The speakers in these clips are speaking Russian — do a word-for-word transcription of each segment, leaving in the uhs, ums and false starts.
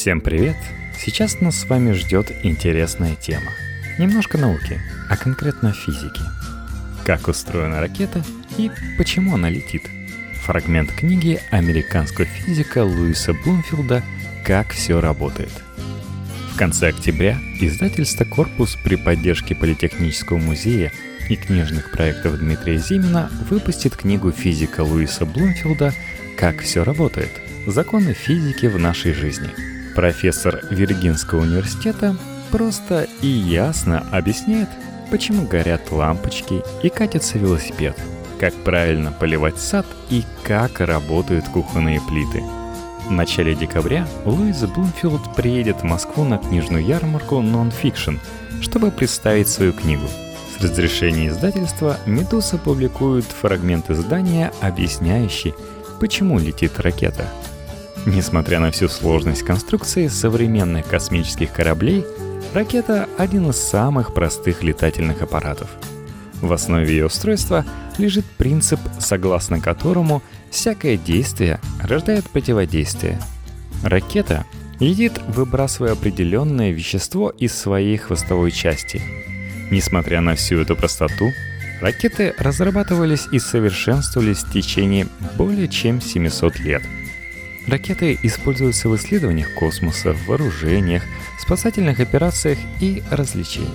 Всем привет! Сейчас нас с вами ждет интересная тема. Немножко науки, а конкретно физики. Как устроена ракета и почему она летит. Фрагмент книги американского физика Луиса Блумфилда «Как все работает». В конце октября издательство «Корпус» при поддержке Политехнического музея и книжных проектов Дмитрия Зимина выпустит книгу физика Луиса Блумфилда «Как все работает. Законы физики в нашей жизни». Профессор Виргинского университета просто и ясно объясняет, почему горят лампочки и катится велосипед, как правильно поливать сад и как работают кухонные плиты. В начале декабря Луис Блумфилд приедет в Москву на книжную ярмарку Non-Fiction, чтобы представить свою книгу. С разрешения издательства «Медуза» публикует фрагмент издания, объясняющий, почему летит ракета. Несмотря на всю сложность конструкции современных космических кораблей, ракета – один из самых простых летательных аппаратов. В основе ее устройства лежит принцип, согласно которому всякое действие рождает противодействие. Ракета летит, выбрасывая определенное вещество из своей хвостовой части. Несмотря на всю эту простоту, ракеты разрабатывались и совершенствовались в течение более чем семьсот лет. Ракеты используются в исследованиях космоса, в вооружениях, спасательных операциях и развлечениях.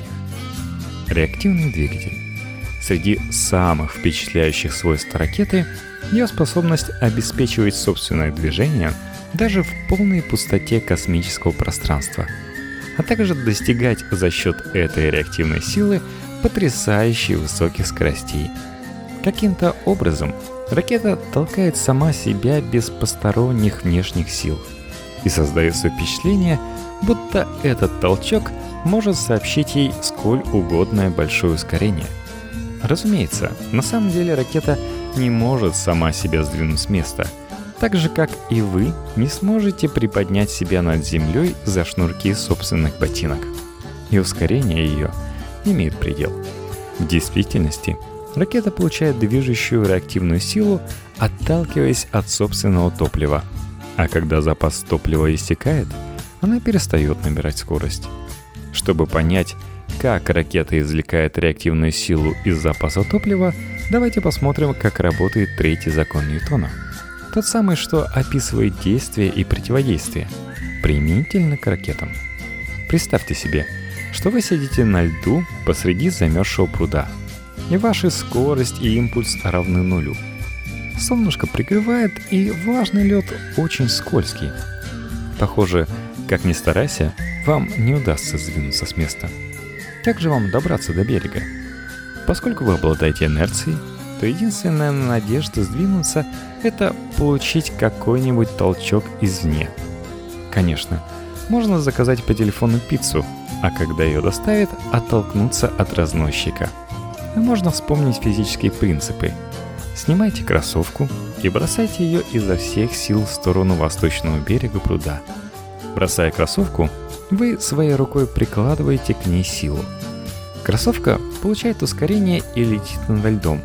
Реактивный двигатель. Среди самых впечатляющих свойств ракеты ее способность обеспечивать собственное движение даже в полной пустоте космического пространства, а также достигать за счет этой реактивной силы потрясающе высоких скоростей. Каким-то образом ракета толкает сама себя без посторонних внешних сил, и создается впечатление, будто этот толчок может сообщить ей сколь угодное большое ускорение. Разумеется, на самом деле ракета не может сама себя сдвинуть с места, так же как и вы не сможете приподнять себя над землей за шнурки собственных ботинок. И ускорение ее имеет предел. В действительности, ракета получает движущую реактивную силу, отталкиваясь от собственного топлива. А когда запас топлива истекает, она перестает набирать скорость. Чтобы понять, как ракета извлекает реактивную силу из запаса топлива, давайте посмотрим, как работает третий закон Ньютона. Тот самый, что описывает действие и противодействие, применительно к ракетам. Представьте себе, что вы сидите на льду посреди замерзшего пруда, и ваша скорость и импульс равны нулю. Солнышко пригревает, и влажный лед очень скользкий. Похоже, как ни старайся, вам не удастся сдвинуться с места. Как же вам добраться до берега? Поскольку вы обладаете инерцией, то единственная надежда сдвинуться – это получить какой-нибудь толчок извне. Конечно, можно заказать по телефону пиццу, а когда ее доставят, оттолкнуться от разносчика. И можно вспомнить физические принципы. Снимайте кроссовку и бросайте ее изо всех сил в сторону восточного берега пруда. Бросая кроссовку, вы своей рукой прикладываете к ней силу. Кроссовка получает ускорение и летит над льдом.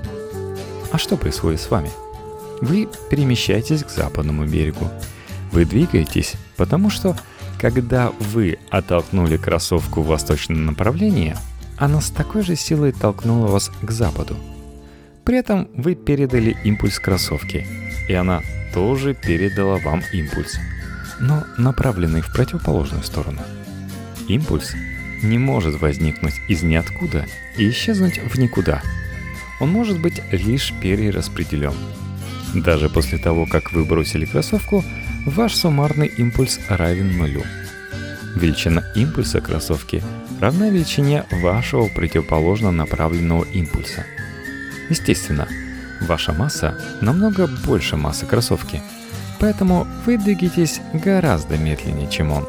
А что происходит с вами? Вы перемещаетесь к западному берегу. Вы двигаетесь, потому что, когда вы оттолкнули кроссовку в восточном направлении, она с такой же силой толкнула вас к западу. При этом вы передали импульс кроссовке, и она тоже передала вам импульс, но направленный в противоположную сторону. Импульс не может возникнуть из ниоткуда и исчезнуть в никуда. Он может быть лишь перераспределен. Даже после того, как вы бросили кроссовку, ваш суммарный импульс равен нулю. Величина импульса кроссовки равна величине вашего противоположно направленного импульса. Естественно, ваша масса намного больше массы кроссовки, поэтому вы двигаетесь гораздо медленнее, чем он.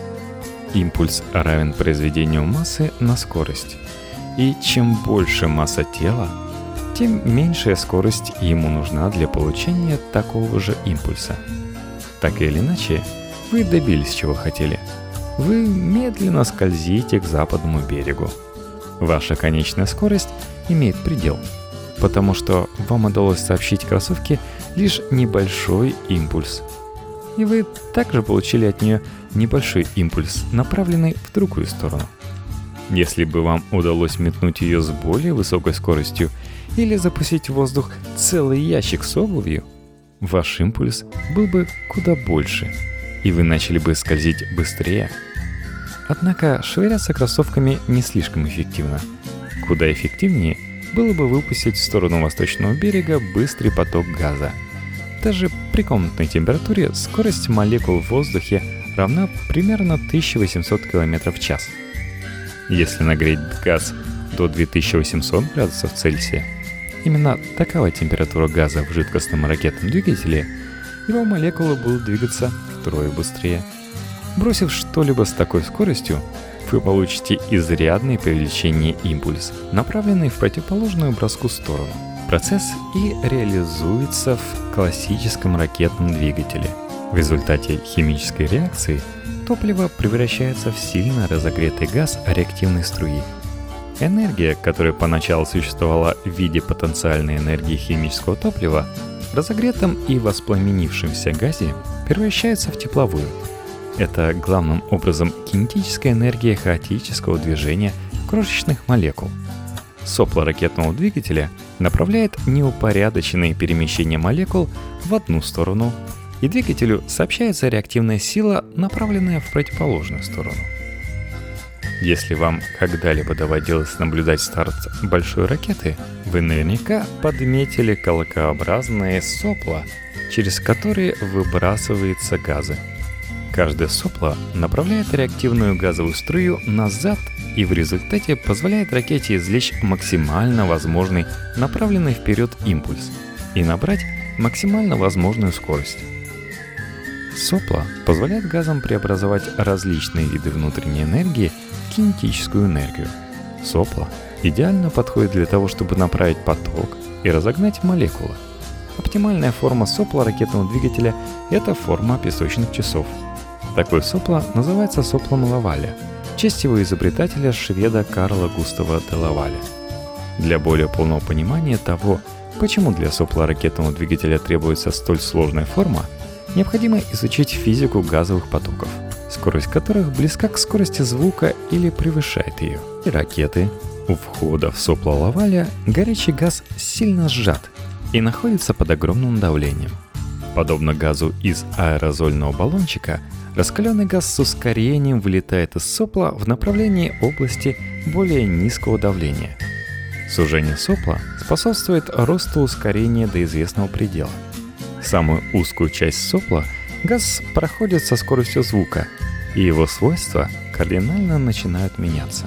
Импульс равен произведению массы на скорость, и чем больше масса тела, тем меньшая скорость ему нужна для получения такого же импульса. Так или иначе, вы добились чего хотели. Вы медленно скользите к западному берегу. Ваша конечная скорость имеет предел, потому что вам удалось сообщить кроссовке лишь небольшой импульс. и вы также получили от нее небольшой импульс, направленный в другую сторону. Если бы вам удалось метнуть ее с более высокой скоростью или запустить в воздух целый ящик с обувью, ваш импульс был бы куда больше, и вы начали бы скользить быстрее. Однако швыряться кроссовками не слишком эффективно. Куда эффективнее было бы выпустить в сторону восточного берега быстрый поток газа. Даже при комнатной температуре скорость молекул в воздухе равна примерно тысяча восемьсот км в час. Если нагреть газ до две тысячи восемьсот градусов Цельсия, именно такова температура газа в жидкостном ракетном двигателе, его молекулы будут двигаться втрое быстрее. Бросив что-либо с такой скоростью, вы получите изрядное привлечение импульс, направленный в противоположную броску сторону. Процесс и реализуется в классическом ракетном двигателе. В результате химической реакции топливо превращается в сильно разогретый газ реактивной струи. Энергия, которая поначалу существовала в виде потенциальной энергии химического топлива, в разогретом и воспламенившемся газе превращается в тепловую. Это главным образом кинетическая энергия хаотического движения крошечных молекул. Сопло ракетного двигателя направляет неупорядоченные перемещения молекул в одну сторону, и двигателю сообщается реактивная сила, направленная в противоположную сторону. Если вам когда-либо доводилось наблюдать старт большой ракеты, вы наверняка подметили колокообразные сопла, через которые выбрасываются газы. Каждое сопло направляет реактивную газовую струю назад и в результате позволяет ракете извлечь максимально возможный направленный вперед импульс и набрать максимально возможную скорость. Сопла позволяет газам преобразовать различные виды внутренней энергии в кинетическую энергию. Сопла идеально подходит для того, чтобы направить поток и разогнать молекулы. Оптимальная форма сопла ракетного двигателя – это форма песочных часов. Такое сопло называется соплом Лаваля, в честь его изобретателя шведа Карла Густава де Лаваля. Для более полного понимания того, почему для сопла ракетного двигателя требуется столь сложная форма, необходимо изучить физику газовых потоков, скорость которых близка к скорости звука или превышает ее. И ракеты, у входа в сопло Лаваля горячий газ сильно сжат и находится под огромным давлением. Подобно газу из аэрозольного баллончика, раскаленный газ с ускорением вылетает из сопла в направлении области более низкого давления. Сужение сопла способствует росту ускорения до известного предела. Самую узкую часть сопла газ проходит со скоростью звука, и его свойства кардинально начинают меняться.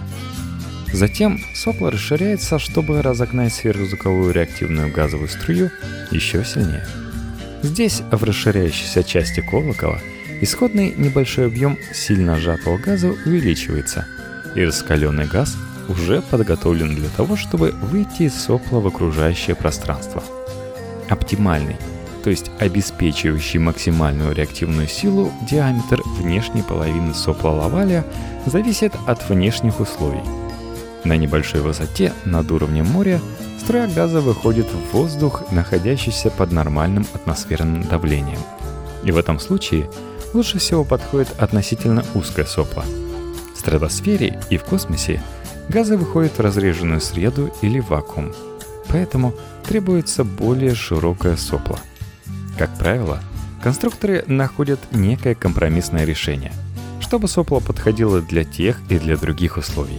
Затем сопло расширяется, чтобы разогнать сверхзвуковую реактивную газовую струю еще сильнее. Здесь, в расширяющейся части колокола, исходный небольшой объем сильно сжатого газа увеличивается, и раскаленный газ уже подготовлен для того, чтобы выйти из сопла в окружающее пространство. Оптимальный, то есть обеспечивающий максимальную реактивную силу, диаметр внешней половины сопла Лаваля зависит от внешних условий. На небольшой высоте над уровнем моря струя газа выходит в воздух, находящийся под нормальным атмосферным давлением. И в этом случае лучше всего подходит относительно узкое сопло. В стратосфере и в космосе газы выходят в разреженную среду или вакуум, поэтому требуется более широкое сопло. Как правило, конструкторы находят некое компромиссное решение, чтобы сопло подходило для тех и для других условий.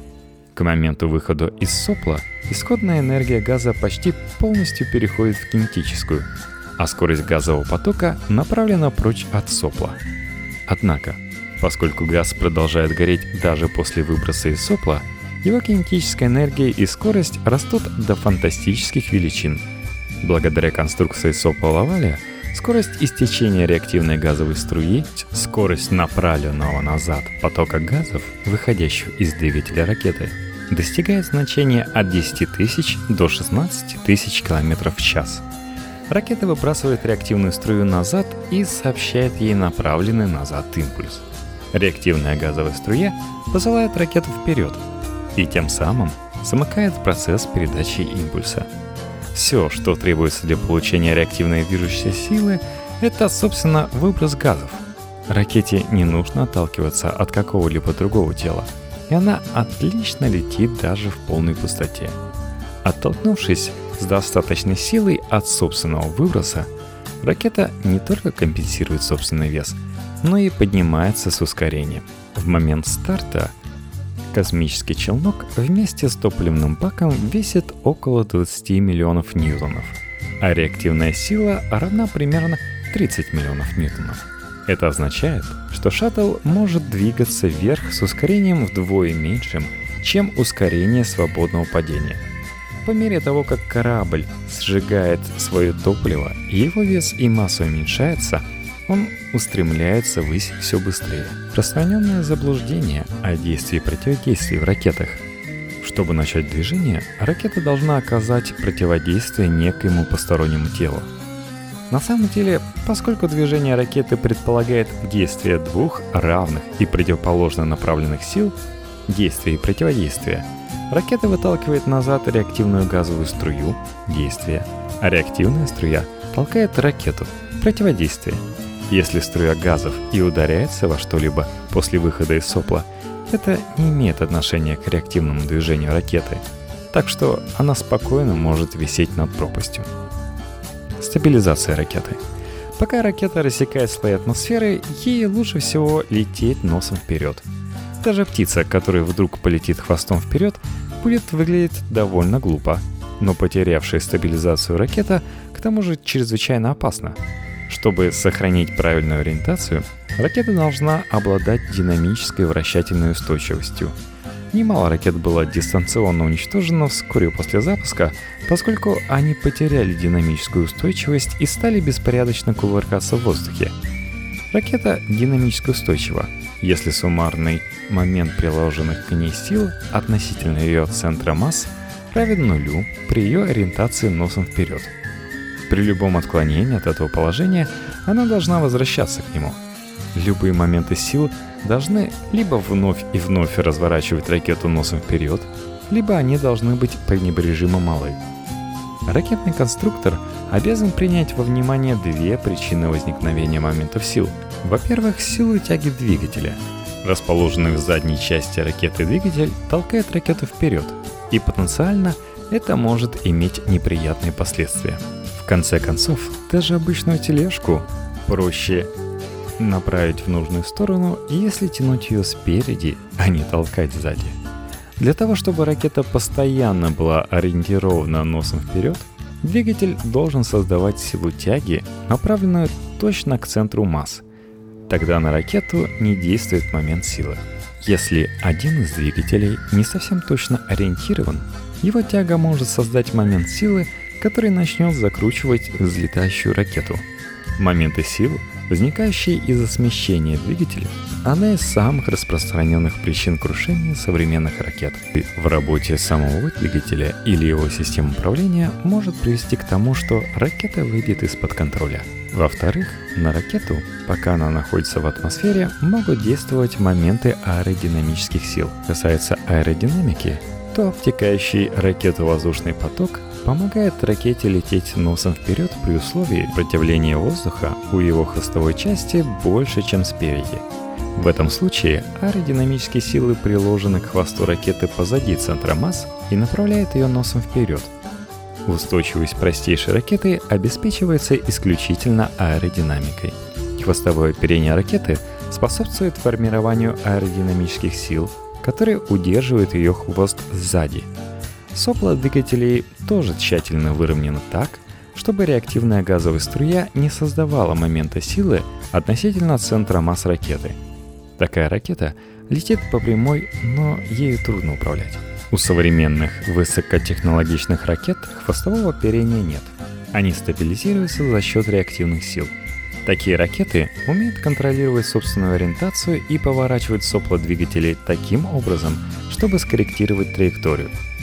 К моменту выхода из сопла исходная энергия газа почти полностью переходит в кинетическую, а скорость газового потока направлена прочь от сопла. Однако, поскольку газ продолжает гореть даже после выброса из сопла, его кинетическая энергия и скорость растут до фантастических величин. Благодаря конструкции сопла Лаваля, скорость истечения реактивной газовой струи, скорость направленного назад потока газов, выходящего из двигателя ракеты, достигает значения от десяти тысяч до шестнадцати тысяч км в час. Ракета выбрасывает реактивную струю назад и сообщает ей направленный назад импульс. Реактивная газовая струя посылает ракету вперед и тем самым замыкает процесс передачи импульса. Все, что требуется для получения реактивной движущей силы, Это, собственно, выброс газов. Ракете не нужно отталкиваться от какого-либо другого тела, и она отлично летит даже в полной пустоте. Оттолкнувшись с достаточной силой от собственного выброса, ракета не только компенсирует собственный вес, но и поднимается с ускорением. В момент старта космический челнок вместе с топливным баком весит около двадцать миллионов ньютонов, а реактивная сила равна примерно тридцать миллионов ньютонов. Это означает, что шаттл может двигаться вверх с ускорением вдвое меньшим, чем ускорение свободного падения. По мере того, как корабль сжигает свое топливо, его вес и масса уменьшается, он устремляется ввысь все быстрее. Распространенное заблуждение о действии и противодействии в ракетах. Чтобы начать движение, ракета должна оказать противодействие некоему постороннему телу. На самом деле, поскольку движение ракеты предполагает действие двух равных и противоположно направленных сил, действие и противодействие, ракета выталкивает назад реактивную газовую струю, действие, а реактивная струя толкает ракету, противодействие. Если струя газов и ударяется во что-либо после выхода из сопла, это не имеет отношения к реактивному движению ракеты, так что она спокойно может висеть над пропастью. Стабилизация ракеты. Пока ракета рассекает слои атмосферы, ей лучше всего лететь носом вперед. Даже птица, которая вдруг полетит хвостом вперед, будет выглядеть довольно глупо, но потерявшая стабилизацию ракета к тому же чрезвычайно опасна. Чтобы сохранить правильную ориентацию, ракета должна обладать динамической вращательной устойчивостью. Немало ракет было дистанционно уничтожено вскоре после запуска, поскольку они потеряли динамическую устойчивость и стали беспорядочно кувыркаться в воздухе. Ракета динамически устойчива, если суммарный момент приложенных к ней сил относительно ее центра масс равен нулю при ее ориентации носом вперед. При любом отклонении от этого положения она должна возвращаться к нему. Любые моменты сил должны либо вновь и вновь разворачивать ракету носом вперед, либо они должны быть пренебрежимо малы. Ракетный конструктор обязан принять во внимание две причины возникновения моментов сил. Во-первых, силу тяги двигателя. Расположенный в задней части ракеты двигатель толкает ракету вперед, и потенциально это может иметь неприятные последствия. В конце концов, даже обычную тележку проще направить в нужную сторону, если тянуть ее спереди, а не толкать сзади. Для того, чтобы ракета постоянно была ориентирована носом вперед, двигатель должен создавать силу тяги, направленную точно к центру масс. Тогда на ракету не действует момент силы. Если один из двигателей не совсем точно ориентирован, его тяга может создать момент силы, который начнет закручивать взлетающую ракету. Моменты сил, возникающие из-за смещения двигателя, одна из самых распространенных причин крушения современных ракет. В работе самого двигателя или его системы управления может привести к тому, что ракета выйдет из-под контроля. Во-вторых, на ракету, пока она находится в атмосфере, могут действовать моменты аэродинамических сил. Касается аэродинамики, то обтекающий ракету воздушный поток помогает ракете лететь носом вперед при условии сопротивления воздуха у его хвостовой части больше, чем спереди. В этом случае аэродинамические силы приложены к хвосту ракеты позади центра масс и направляют ее носом вперед. Устойчивость простейшей ракеты обеспечивается исключительно аэродинамикой. Хвостовое оперение ракеты способствует формированию аэродинамических сил, которые удерживают ее хвост сзади. Сопла двигателей тоже тщательно выровнены так, чтобы реактивная газовая струя не создавала момента силы относительно центра масс ракеты. Такая ракета летит по прямой, но ею трудно управлять. У современных высокотехнологичных ракет хвостового оперения нет. Они стабилизируются за счет реактивных сил. Такие ракеты умеют контролировать собственную ориентацию и поворачивать сопла двигателей таким образом, чтобы скорректировать траекторию.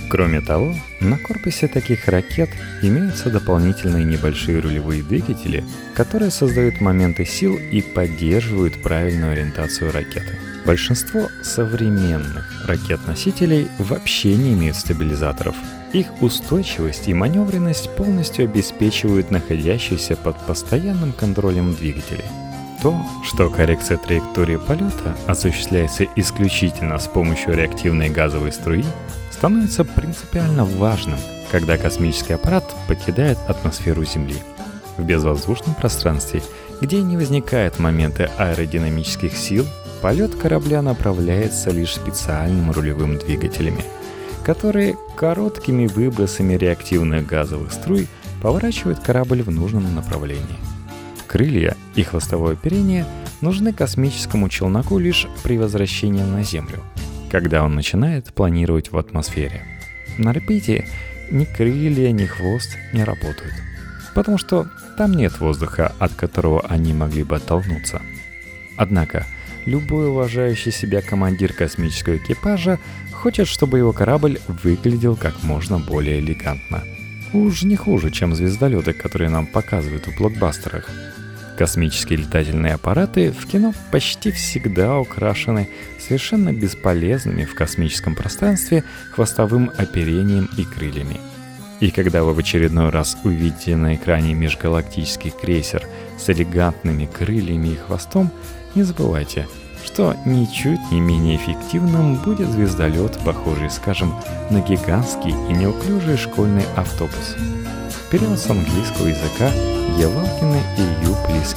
Кроме того, на корпусе таких ракет имеются дополнительные небольшие рулевые двигатели, которые создают моменты сил и поддерживают правильную ориентацию ракеты. Большинство современных ракет-носителей вообще не имеют стабилизаторов. Их устойчивость и маневренность полностью обеспечивают находящиеся под постоянным контролем двигатели. То, что коррекция траектории полета осуществляется исключительно с помощью реактивной газовой струи, становится принципиально важным, когда космический аппарат покидает атмосферу Земли. В безвоздушном пространстве, где не возникает моменты аэродинамических сил, полет корабля направляется лишь специальными рулевыми двигателями, которые короткими выбросами реактивных газовых струй поворачивают корабль в нужном направлении. Крылья и хвостовое оперение нужны космическому челноку лишь при возвращении на Землю, когда он начинает планировать в атмосфере. На орбите ни крылья, ни хвост не работают, потому что там нет воздуха, от которого они могли бы оттолкнуться. Однако, любой уважающий себя командир космического экипажа хочет, чтобы его корабль выглядел как можно более элегантно. Уж не хуже, чем звездолеты, которые нам показывают в блокбастерах. Космические летательные аппараты в кино почти всегда украшены совершенно бесполезными в космическом пространстве хвостовым оперением и крыльями. И когда вы в очередной раз увидите на экране межгалактический крейсер с элегантными крыльями и хвостом, не забывайте, что ничуть не менее эффективным будет звездолет, похожий, скажем, на гигантский и неуклюжий школьный автобус. Перевод с английского языка Евалкина и Ю.